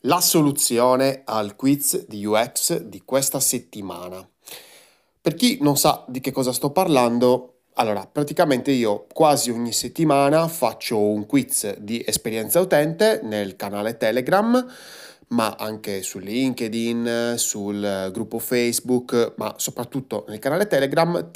La soluzione al quiz di UX di questa settimana. Per chi non sa di che cosa sto parlando, allora, praticamente io quasi ogni settimana faccio un quiz di esperienza utente nel canale Telegram, ma anche su LinkedIn, sul gruppo Facebook, ma soprattutto nel canale Telegram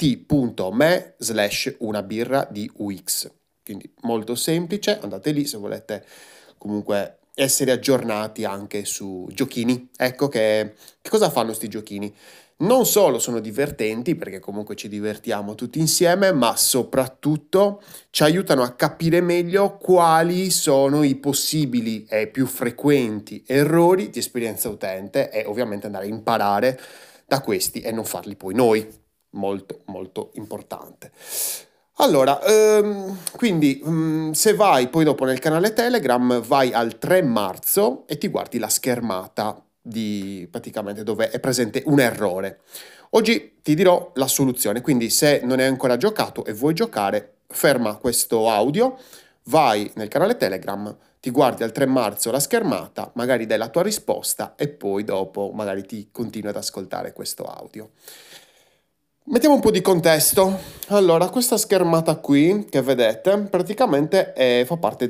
t.me/una birra di UX. Quindi molto semplice, andate lì se volete comunque essere aggiornati anche su giochini. Ecco che cosa fanno sti giochini? Non solo sono divertenti, perché comunque ci divertiamo tutti insieme, ma soprattutto ci aiutano a capire meglio quali sono i possibili e più frequenti errori di esperienza utente e ovviamente andare a imparare da questi e non farli poi noi. Molto, molto importante. Allora, quindi se vai poi dopo nel canale Telegram, vai al 3 marzo e ti guardi la schermata di praticamente dove è presente un errore. Oggi ti dirò la soluzione, quindi se non hai ancora giocato e vuoi giocare, ferma questo audio, vai nel canale Telegram, ti guardi al 3 marzo la schermata, magari dai la tua risposta e poi dopo magari ti continui ad ascoltare questo audio. Mettiamo un po' di contesto. Allora, questa schermata qui che vedete praticamente fa parte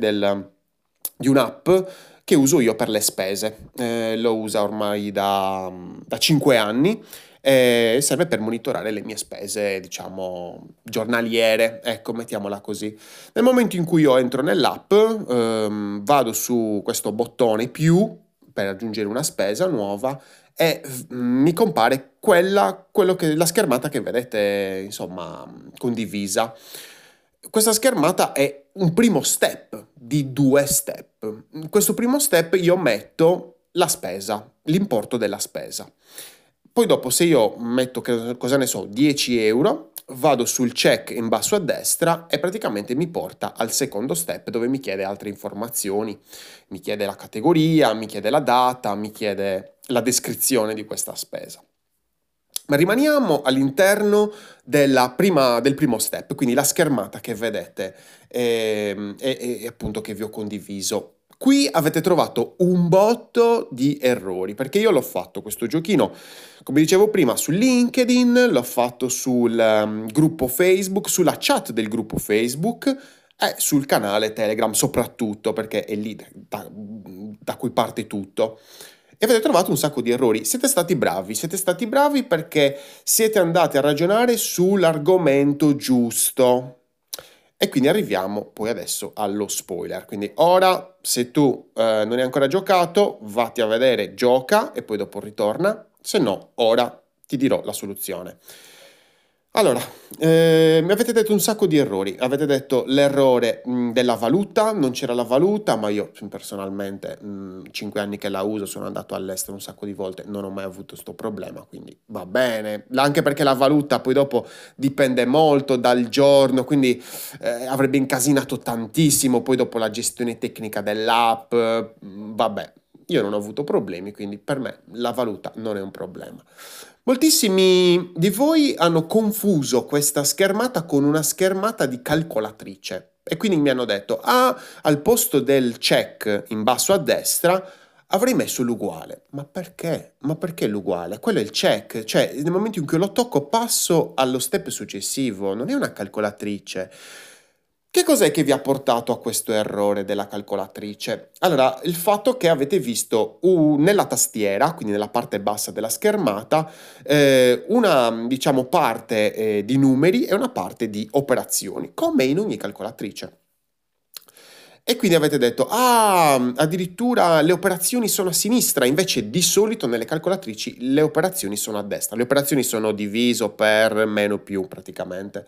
di un'app che uso io per le spese. Lo usa ormai da 5 anni e serve per monitorare le mie spese, diciamo, giornaliere, ecco, mettiamola così. Nel momento in cui io entro nell'app, vado su questo bottone più per aggiungere una spesa nuova e mi compare la schermata che vedete, insomma, condivisa. Questa schermata è un primo step di due step. In questo primo step io metto la spesa, l'importo della spesa. Poi dopo, se io metto, cosa ne so, 10 euro, vado sul check in basso a destra e praticamente mi porta al secondo step dove mi chiede altre informazioni. Mi chiede la categoria, mi chiede la data, mi chiede la descrizione di questa spesa. Ma rimaniamo all'interno del primo step, quindi la schermata che vedete e appunto che vi ho condiviso. Qui avete trovato un botto di errori, perché io l'ho fatto questo giochino, come dicevo prima, su LinkedIn, l'ho fatto sul gruppo Facebook, sulla chat del gruppo Facebook e sul canale Telegram soprattutto, perché è lì da cui parte tutto. E avete trovato un sacco di errori. Siete stati bravi perché siete andati a ragionare sull'argomento giusto. E quindi arriviamo poi adesso allo spoiler. Quindi ora, se tu non hai ancora giocato, vatti a vedere, gioca e poi dopo ritorna. Se no, ora ti dirò la soluzione. Allora, mi avete detto un sacco di errori. Avete detto l'errore della valuta, non c'era la valuta, ma io personalmente 5 anni che la uso, sono andato all'estero un sacco di volte, non ho mai avuto questo problema, quindi va bene. Anche perché la valuta poi dopo dipende molto dal giorno, quindi avrebbe incasinato tantissimo, poi dopo la gestione tecnica dell'app, vabbè. Io non ho avuto problemi, quindi per me la valuta non è un problema. Moltissimi di voi hanno confuso questa schermata con una schermata di calcolatrice e quindi mi hanno detto, ah, al posto del check in basso a destra avrei messo l'uguale. Ma perché? Ma perché l'uguale? Quello è il check, cioè nel momento in cui lo tocco passo allo step successivo, non è una calcolatrice. Che cos'è che vi ha portato a questo errore della calcolatrice? Allora, il fatto che avete visto nella tastiera, quindi nella parte bassa della schermata, una, diciamo, parte di numeri e una parte di operazioni, come in ogni calcolatrice. E quindi avete detto, ah, addirittura le operazioni sono a sinistra, invece di solito nelle calcolatrici le operazioni sono a destra, le operazioni sono diviso per meno più praticamente.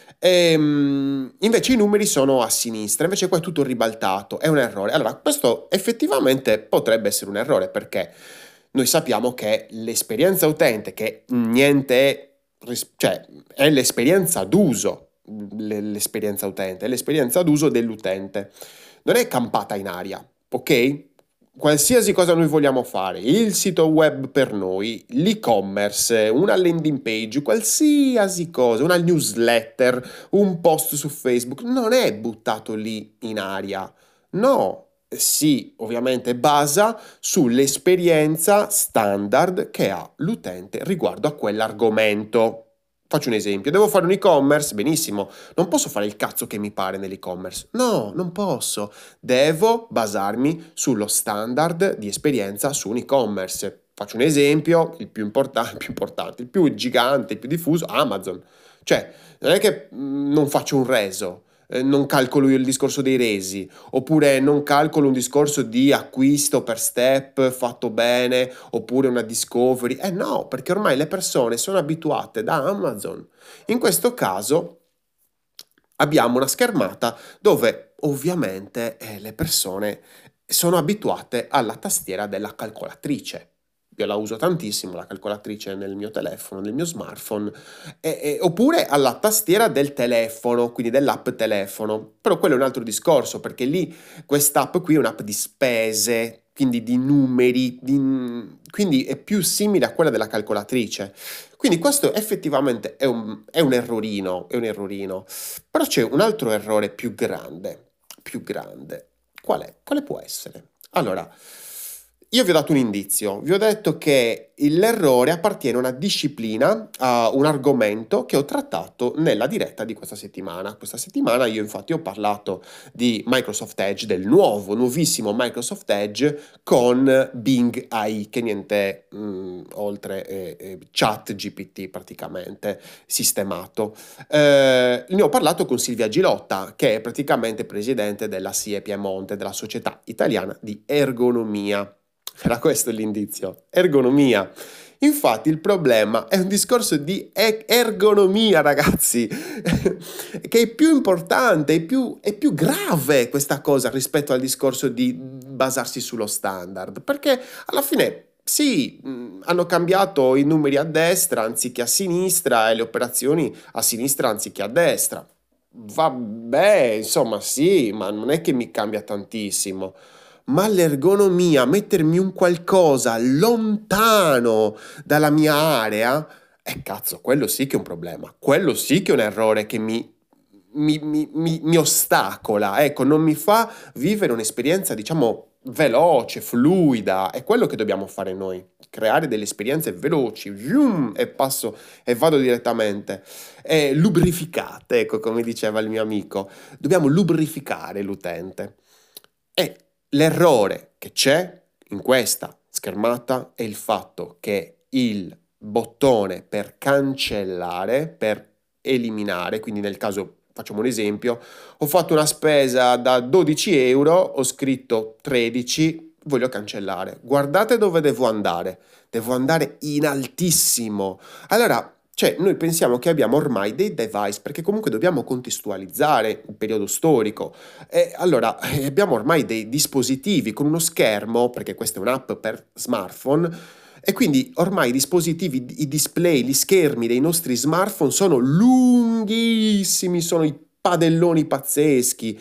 Invece i numeri sono a sinistra, invece qua è tutto ribaltato, è un errore. Allora, questo effettivamente potrebbe essere un errore perché noi sappiamo che l'esperienza utente, che niente è, cioè è l'esperienza d'uso, l'esperienza utente, è l'esperienza d'uso dell'utente non è campata in aria, ok? Qualsiasi cosa noi vogliamo fare, il sito web per noi, l'e-commerce, una landing page, qualsiasi cosa, una newsletter, un post su Facebook, non è buttato lì in aria. No, si ovviamente basa sull'esperienza standard che ha l'utente riguardo a quell'argomento. Faccio un esempio, devo fare un e-commerce, benissimo, non posso fare il cazzo che mi pare nell'e-commerce. No, non posso. Devo basarmi sullo standard di esperienza su un e-commerce. Faccio un esempio, il più gigante, il più diffuso, Amazon. Cioè, non è che non faccio un reso, non calcolo io il discorso dei resi, oppure non calcolo un discorso di acquisto per step fatto bene, oppure una discovery. Eh no, perché ormai le persone sono abituate da Amazon. In questo caso abbiamo una schermata dove ovviamente le persone sono abituate alla tastiera della calcolatrice. Io la uso tantissimo, la calcolatrice nel mio telefono, nel mio smartphone, oppure alla tastiera del telefono, quindi dell'app telefono. Però quello è un altro discorso, perché lì quest'app qui è un'app di spese, quindi di numeri, quindi è più simile a quella della calcolatrice. Quindi questo effettivamente è un errorino, è un errorino. Però c'è un altro errore più grande, più grande. Qual è? Quale può essere? Allora, io vi ho dato un indizio, vi ho detto che l'errore appartiene a una disciplina, a un argomento che ho trattato nella diretta di questa settimana. Questa settimana io infatti ho parlato di Microsoft Edge, del nuovissimo Microsoft Edge con Bing AI, che niente oltre Chat GPT praticamente sistemato. Ne ho parlato con Silvia Gilotta, che è praticamente presidente della SIE Piemonte, della Società Italiana di Ergonomia. Era questo l'indizio, ergonomia. Infatti il problema è un discorso di ergonomia, ragazzi, che è più importante, è più grave questa cosa rispetto al discorso di basarsi sullo standard, perché alla fine sì, hanno cambiato i numeri a destra anziché a sinistra e le operazioni a sinistra anziché a destra. Vabbè, insomma, sì, ma non è che mi cambia tantissimo. Ma l'ergonomia, mettermi un qualcosa lontano dalla mia area, cazzo, quello sì che è un problema. Quello sì che è un errore che mi ostacola, ecco, non mi fa vivere un'esperienza, diciamo, veloce, fluida. È quello che dobbiamo fare noi, creare delle esperienze veloci, zoom, e passo e vado direttamente. Lubrificate, ecco, come diceva il mio amico. Dobbiamo lubrificare l'utente. E l'errore che c'è in questa schermata è il fatto che il bottone per cancellare, per eliminare, quindi nel caso facciamo un esempio, ho fatto una spesa da 12 euro, ho scritto 13, voglio cancellare. Guardate dove devo andare in altissimo. Allora, cioè, noi pensiamo che abbiamo ormai dei device, perché comunque dobbiamo contestualizzare il periodo storico. E allora, abbiamo ormai dei dispositivi con uno schermo, perché questa è un'app per smartphone, e quindi ormai i dispositivi, i display, gli schermi dei nostri smartphone sono lunghissimi, sono i padelloni pazzeschi.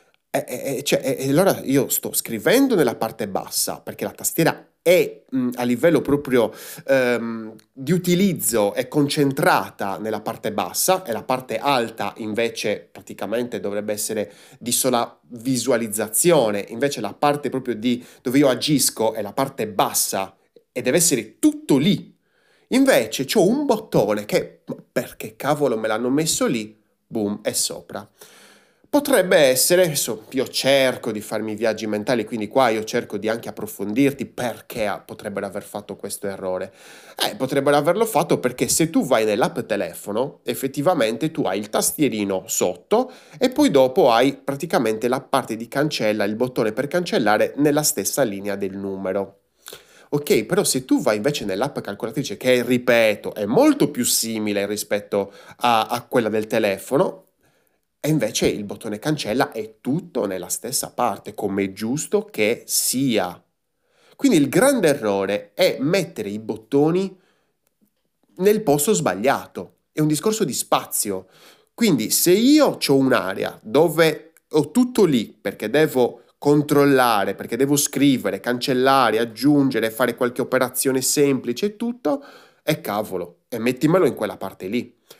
E allora io sto scrivendo nella parte bassa, perché la tastiera è a livello proprio di utilizzo è concentrata nella parte bassa e la parte alta invece praticamente dovrebbe essere di sola visualizzazione, invece la parte proprio di dove io agisco è la parte bassa e deve essere tutto lì. Invece c'ho un bottone che, ma perché cavolo me l'hanno messo lì? Boom, è sopra. Potrebbe essere, adesso io cerco di farmi i viaggi mentali, quindi qua io cerco di anche approfondirti perché potrebbero aver fatto questo errore. Potrebbero averlo fatto perché se tu vai nell'app telefono, effettivamente tu hai il tastierino sotto e poi dopo hai praticamente la parte di cancella, il bottone per cancellare nella stessa linea del numero. Ok, però se tu vai invece nell'app calcolatrice, che ripeto è molto più simile rispetto a quella del telefono, e invece il bottone cancella è tutto nella stessa parte, come è giusto che sia. Quindi il grande errore è mettere i bottoni nel posto sbagliato. È un discorso di spazio. Quindi se io ho un'area dove ho tutto lì perché devo controllare, perché devo scrivere, cancellare, aggiungere, fare qualche operazione semplice e tutto, e cavolo, e mettimelo in quella parte lì.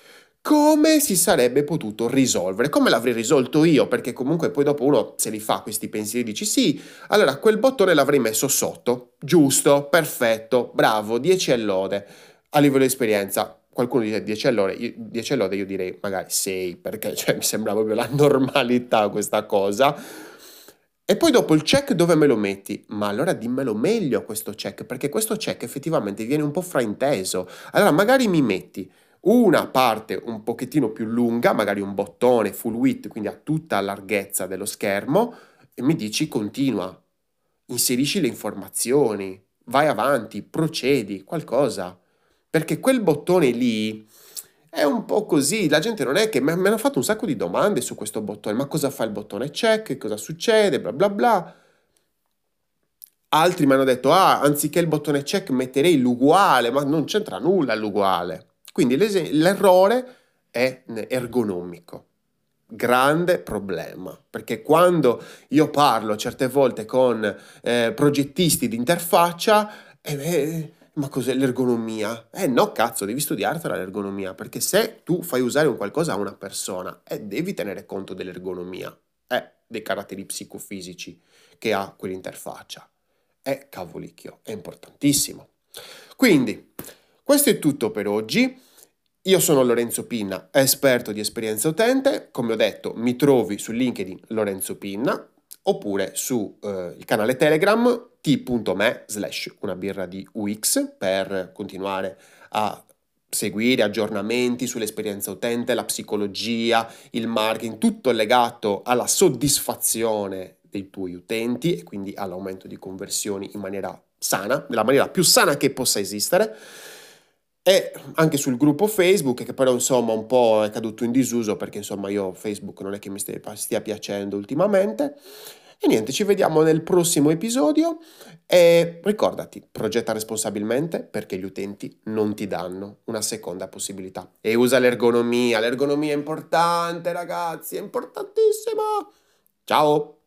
come si sarebbe potuto risolvere, come l'avrei risolto io, perché comunque poi dopo uno se li fa questi pensieri e dici sì, allora quel bottone l'avrei messo sotto, giusto, perfetto, bravo, 10 e lode. A livello di esperienza, qualcuno dice 10 all'ora, 10 all'ora, io direi magari 6, perché cioè, mi sembra proprio la normalità questa cosa. E poi dopo il check dove me lo metti? Ma allora dimmelo meglio questo check, perché questo check effettivamente viene un po' frainteso. Allora magari mi metti una parte un pochettino più lunga, magari un bottone full width, quindi a tutta larghezza dello schermo, e mi dici continua, inserisci le informazioni, vai avanti, procedi, qualcosa. Perché quel bottone lì è un po' così, la gente non è che mi hanno fatto un sacco di domande su questo bottone, ma cosa fa il bottone check, cosa succede, bla bla bla. Altri mi hanno detto, ah, anziché il bottone check metterei l'uguale, ma non c'entra nulla l'uguale. Quindi l'errore è ergonomico. Grande problema, perché quando io parlo certe volte con progettisti di interfaccia, ma cos'è l'ergonomia? No, cazzo, devi studiartela l'ergonomia, perché se tu fai usare un qualcosa a una persona, devi tenere conto dell'ergonomia, dei caratteri psicofisici che ha quell'interfaccia. Cavolicchio, è importantissimo. Quindi, questo è tutto per oggi. Io sono Lorenzo Pinna, esperto di esperienza utente. Come ho detto, mi trovi su LinkedIn Lorenzo Pinna oppure su il canale Telegram t.me/una birra di UX per continuare a seguire aggiornamenti sull'esperienza utente, la psicologia, il marketing, tutto legato alla soddisfazione dei tuoi utenti e quindi all'aumento di conversioni in maniera sana, nella maniera più sana che possa esistere. E anche sul gruppo Facebook, che però insomma un po' è caduto in disuso perché insomma io Facebook non è che mi stia piacendo ultimamente. E niente, ci vediamo nel prossimo episodio e ricordati, progetta responsabilmente perché gli utenti non ti danno una seconda possibilità. E usa l'ergonomia è importante ragazzi, è importantissima. Ciao!